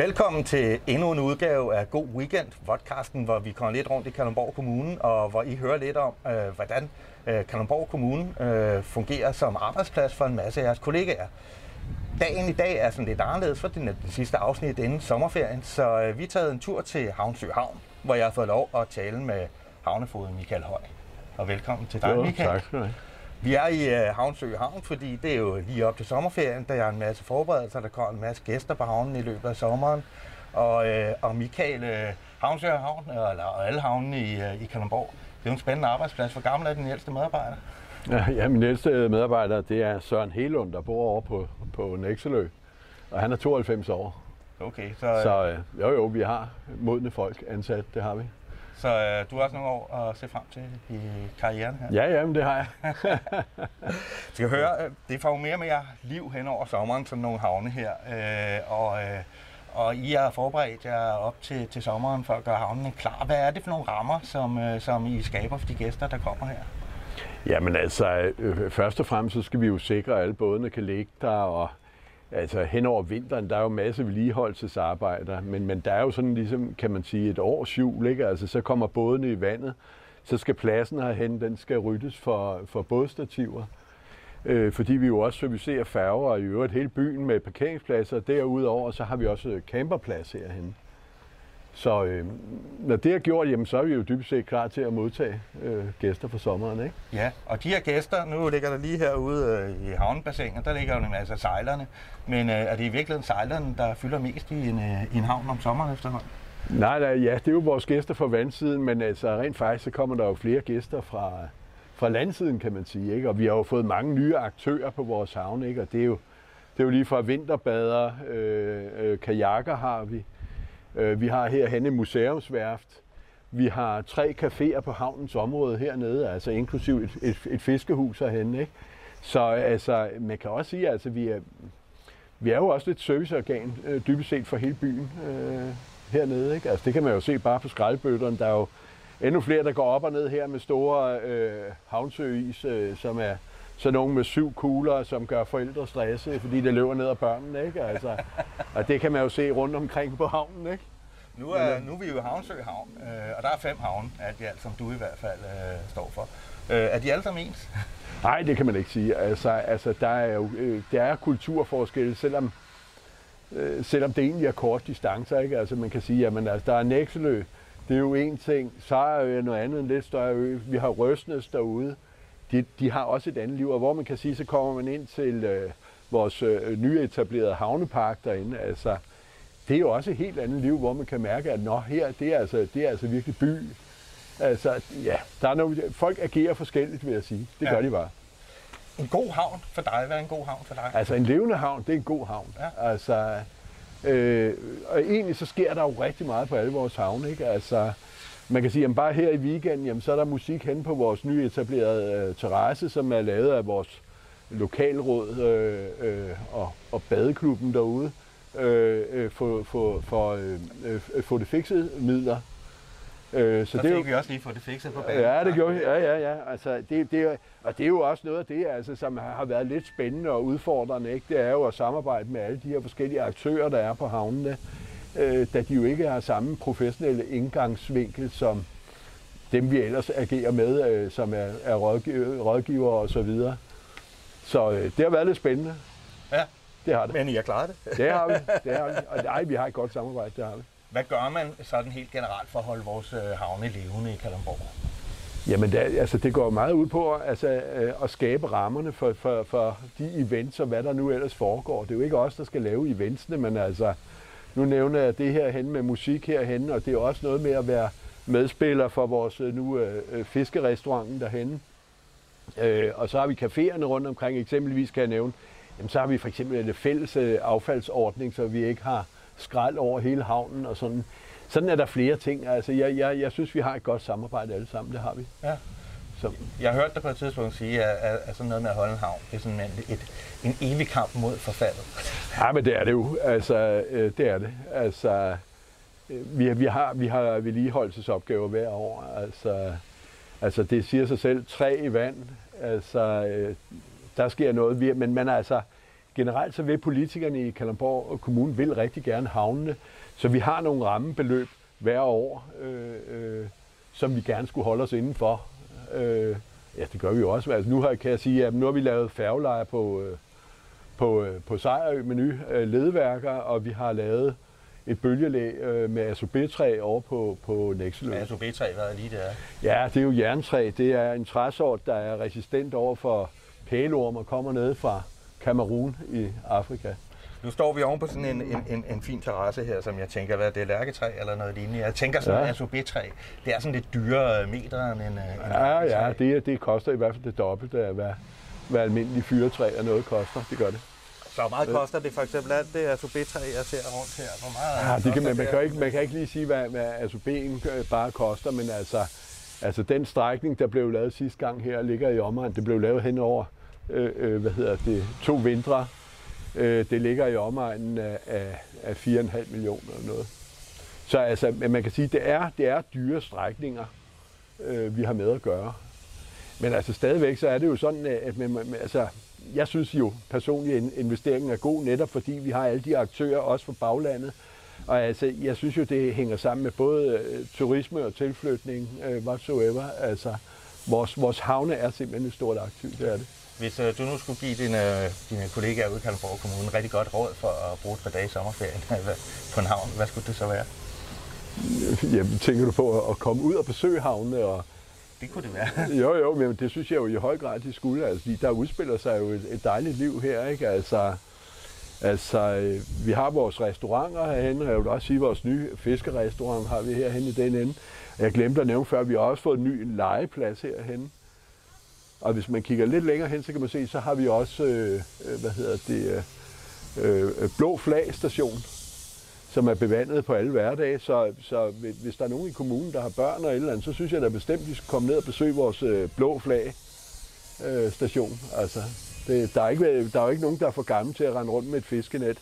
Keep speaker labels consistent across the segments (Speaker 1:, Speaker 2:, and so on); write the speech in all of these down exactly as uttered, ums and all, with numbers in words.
Speaker 1: Velkommen til endnu en udgave af God Weekend, podcasten, hvor vi kommer lidt rundt i Kalundborg Kommune, og hvor I hører lidt om, øh, hvordan øh, Kalundborg Kommune øh, fungerer som arbejdsplads for en masse af jeres kollegaer. Dagen i dag er sådan lidt anderledes, for det er det sidste afsnit inden sommerferien, så øh, vi er taget en tur til Havnsø Havn, hvor jeg har fået lov at tale med havnefoged Michael Høj. Og velkommen til dig,
Speaker 2: jo,
Speaker 1: Michael.
Speaker 2: Tak skal du have.
Speaker 1: Vi er i uh, Havnsø Havn, fordi det er jo lige op til sommerferien. Der er en masse forberedelser, der kommer en masse gæster på havnen i løbet af sommeren. Og, uh, og Michael, uh, Havnsø Havn, eller alle havnene i, uh, i Kalundborg, det er jo en spændende arbejdsplads. Hvor gammel er den ældste medarbejder?
Speaker 2: Ja, ja, min ældste medarbejder, det er Søren Helund, der bor over på, på Nekselø. Og han er tooghalvfems år.
Speaker 1: Okay, så...
Speaker 2: Så uh, jo jo, vi har modne folk ansat, det har vi.
Speaker 1: Så øh, du har også nogle år at se frem til i karrieren her?
Speaker 2: Ja, jamen det har jeg.
Speaker 1: Skal høre, det får jo mere og mere liv hen over sommeren, sådan nogle havne her. Øh, og, øh, og I har forberedt jer op til, til sommeren for at gøre havnene klar. Hvad er det for nogle rammer, som, øh, som I skaber for de gæster, der kommer her?
Speaker 2: Jamen altså, øh, først og fremmest så skal vi jo sikre, at alle bådene kan ligge der, og altså hen over vinteren, der er jo masse vedligeholdelsesarbejder, men, men der er jo sådan ligesom, kan man sige, et års jul, ikke? Altså så kommer bådene i vandet, så skal pladsen herhen, den skal ryddes for, for bådstativer, øh, fordi vi jo også servicerer færger og i øvrigt hele byen med parkeringspladser, derudover så har vi også camperplads herhen. Så øh, når det er gjort, jamen, så er vi jo dybest set klar til at modtage øh, gæster for sommeren, ikke?
Speaker 1: Ja, og de her gæster, nu ligger der lige herude øh, i havnebassinet, der ligger jo en masse sejlerne, men øh, er det i virkeligheden sejlerne, der fylder mest i en, øh, i en havn om sommeren efterhånden?
Speaker 2: Nej, nej, ja, det er jo vores gæster fra vandsiden, men altså rent faktisk så kommer der jo flere gæster fra, fra landsiden, kan man sige, ikke? Og vi har jo fået mange nye aktører på vores havn, ikke? Og det er jo, det er jo lige fra vinterbader, øh, øh, kajakker har vi. Vi har herhenne museumsværft. Vi har tre caféer på havnens område hernede, altså inklusiv et, et, et fiskehus herhenne, ikke? Så altså, man kan også sige, at altså, vi, er, vi er jo også et serviceorgan, øh, dybest set for hele byen øh, hernede, ikke? Altså, det kan man jo se bare på skraldbøtterne. Der er jo endnu flere, der går op og ned her med store øh, havnsøis, øh, som er sådan nogle med syv kugler, som gør forældre stresse, fordi det løber ned ad børnene, ikke? Altså, og det kan man jo se rundt omkring på havnen, ikke?
Speaker 1: Nu er, nu er vi jo i Havnsø Havn, øh, og der er fem havne, alt i alt, som du i hvert fald øh, står for. Øh, er de alle sammen ens?
Speaker 2: Nej, det kan man ikke sige. Altså, altså der er jo øh, der er kulturforskelle, selvom, øh, selvom det egentlig er kort distancer, ikke? Altså man kan sige, at altså, der er Nekselø, det er jo en ting, så er jo noget andet, en lidt større ø. Vi har Røsnes derude. De, de har også et andet liv, og hvor man kan sige, så kommer man ind til øh, vores øh, nyetablerede havnepark derinde. Altså, det er jo også et helt andet liv, hvor man kan mærke, at nå, her, det er altså, det er altså virkelig by. Altså, ja, der er nogle, folk agerer forskelligt, vil jeg sige. Det gør ja. de bare.
Speaker 1: En god havn for dig? Hvad er en god havn for dig?
Speaker 2: Altså, en levende havn, det er en god havn.
Speaker 1: Ja.
Speaker 2: Altså, øh, og egentlig så sker der jo rigtig meget på alle vores havne, ikke? Altså, man kan sige, at bare her i weekenden, jamen, så er der musik hen på vores nye etablerede øh, terrasse, som er lavet af vores lokalråd øh, øh, og, og badeklubben derude øh, øh, for, for, for øh, øh, få det fikset midler.
Speaker 1: Øh, så, så det fik jo, vi også lige få det fikset på banen.
Speaker 2: Ja, det gjorde vi. Ja, ja, ja. Altså, det, det, og det er jo også noget af det, altså, som har været lidt spændende og udfordrende, ikke? Det er jo at samarbejde med alle de her forskellige aktører, der er på havnene, da de jo ikke har samme professionelle indgangsvinkel som dem, vi ellers agerer med, som er, er rådgiver og så videre. Så det har været lidt spændende.
Speaker 1: Ja,
Speaker 2: det har det.
Speaker 1: Men I har klaret det?
Speaker 2: Det har vi. Det har vi. Og nej, vi har et godt samarbejde, det har vi.
Speaker 1: Hvad gør man sådan helt generelt for at holde vores havne levende i Kalundborg?
Speaker 2: Jamen, det, altså, det går meget ud på altså, at skabe rammerne for, for, for de events og hvad der nu ellers foregår. Det er jo ikke os, der skal lave eventsene, men altså nu nævner jeg det her hen med musik herhen, og det er også noget med at være medspiller for vores nu øh, fiskerestauranten derhenne. Øh, og så har vi caféerne rundt omkring, eksempelvis kan jeg nævne, jamen, så har vi for eksempel en fælles øh, affaldsordning, så vi ikke har skrald over hele havnen og sådan. Sådan er der flere ting. Altså, jeg, jeg, jeg synes, vi har et godt samarbejde alle sammen, det har vi.
Speaker 1: Ja. Så. Jeg hørte dig på et tidspunkt sige, at, at sådan noget med at holde en havn, det er sådan et, et, en evig kamp mod forfaldet.
Speaker 2: Ja, men det er det jo. Altså, det er det. Altså, vi, vi har, vi har vedligeholdelsesopgaver hver år. Altså, altså, det siger sig selv, træ i vand. Altså, der sker noget. Men man altså, generelt så vil politikerne i Kalundborg Kommune vil rigtig gerne havnene, så vi har nogle rammebeløb hver år, øh, øh, som vi gerne skulle holde os indenfor. Øh, ja, det gør vi jo også. Altså, nu har, kan jeg sige, at nu har vi lavet færgelejer på, øh, på, øh, på Sejerø med nye øh, ledværker, og vi har lavet et bølgelæg øh, med asobetræ over på, på Nekselø.
Speaker 1: Asobetræ, hvad er lige det er?
Speaker 2: Ja, det er jo jerntræ. Det er en træsort, der er resistent over for pæleorm og kommer ned fra Kamerun i Afrika.
Speaker 1: Nu står vi oven på sådan en, en, en, en fin terrasse her, som jeg tænker, hvad det er, lærketræ eller noget lignende. Jeg tænker sådan ja. asobetræ. Det er sådan lidt dyrere meter end en, en
Speaker 2: Ja, ja, det, det koster i hvert fald det dobbelte af, hvad, hvad almindelig fyretræ og noget koster. Det gør det.
Speaker 1: Så hvor meget koster det for eksempel alt det asobetræ, jeg ser rundt her? Hvor meget
Speaker 2: ja, det kan man, man, kan ikke, man kan ikke lige sige, hvad, hvad asobeen bare koster, men altså, altså den strækning, der blev lavet sidste gang her, ligger i omegn. Det blev lavet hen over øh, øh, hvad hedder det, to vintre. Øh, det ligger i omegnen af, af, af fire komma fem millioner eller noget. Så altså, man kan sige, det er det er dyre strækninger, øh, vi har med at gøre. Men altså stadigvæk så er det jo sådan, at man, altså, jeg synes jo personligt, at investeringen er god, netop fordi vi har alle de aktører, også fra baglandet. Og altså, jeg synes jo, det hænger sammen med både øh, turisme og tilflytning, øh, whatsoever. Altså, vores, vores havne er simpelthen et stort aktiv, det er det.
Speaker 1: Hvis øh, du nu skulle give dine, dine kollegaer ude i Kalundborg Kommune rigtig godt råd for at bruge et par dage i sommerferien på en havn, hvad skulle det så være?
Speaker 2: Jamen, tænker du på at komme ud og besøge havnene? Og
Speaker 1: det kunne det være.
Speaker 2: Jo, jo, men det synes jeg jo i høj grad, de skulle. Altså, der udspiller sig jo et, et dejligt liv her, ikke? Altså, altså, vi har vores restauranter herhenne, jeg vil også sige, vores nye fiskerestaurant har vi herhenne i den ende. Jeg glemte at nævne før, vi har også fået en ny legeplads herhenne. Og hvis man kigger lidt længere hen, så kan man se, så har vi også, øh, hvad hedder det, øh, Blå Flag station, som er bevandet på alle hverdage. Så, så hvis der er nogen i kommunen, der har børn og et eller andet, så synes jeg da bestemt, de skal komme ned og besøge vores øh, Blå Flag øh, station. Altså, det, der, er ikke, der er jo ikke nogen, der er for gammel til at rende rundt med et fiskenet.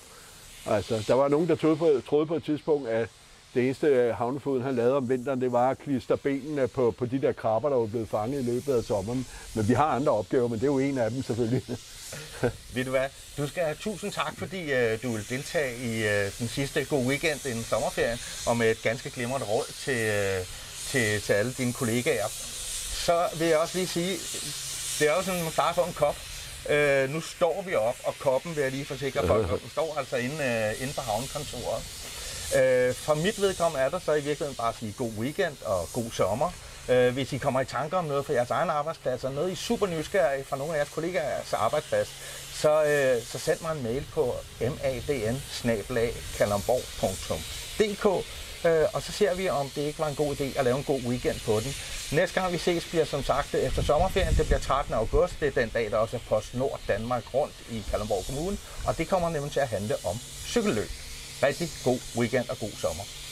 Speaker 2: Altså, der var nogen, der troede på, troede på et tidspunkt, at det eneste havnefoden, han lavede om vinteren, det var at klistre benene på, på de der krabber, der var blevet fanget i løbet af sommeren. Men vi har andre opgaver, men det er jo en af dem selvfølgelig.
Speaker 1: Ved du hvad? Du skal have tusind tak, fordi uh, du vil deltage i uh, den sidste gode weekend inden sommerferien, og med et ganske glimrende råd til, uh, til, til alle dine kollegaer. Så vil jeg også lige sige, det er jo sådan, at man starter på en kop. Uh, nu står vi op, og koppen vil jeg lige forsikre folk, og den står altså inde, uh, inde på havnekontoret. Uh, fra mit vedkommende er der så i virkeligheden bare at sige god weekend og god sommer. Uh, hvis I kommer i tanker om noget fra jeres egen arbejdsplads, og noget I er super nysgerrige fra nogle af jeres kollegaers arbejdsplads, så, uh, så send mig en mail på madn snabel-a kalundborg punktum d k, uh, og så ser vi, om det ikke var en god idé at lave en god weekend på den. Næste gang vi ses bliver som sagt efter sommerferien, det bliver trettende august, det er den dag, der også er PostNord Danmark rundt i Kalundborg Kommune, og det kommer nemlig til at handle om cykelløb. Rigtig god weekend og god sommer.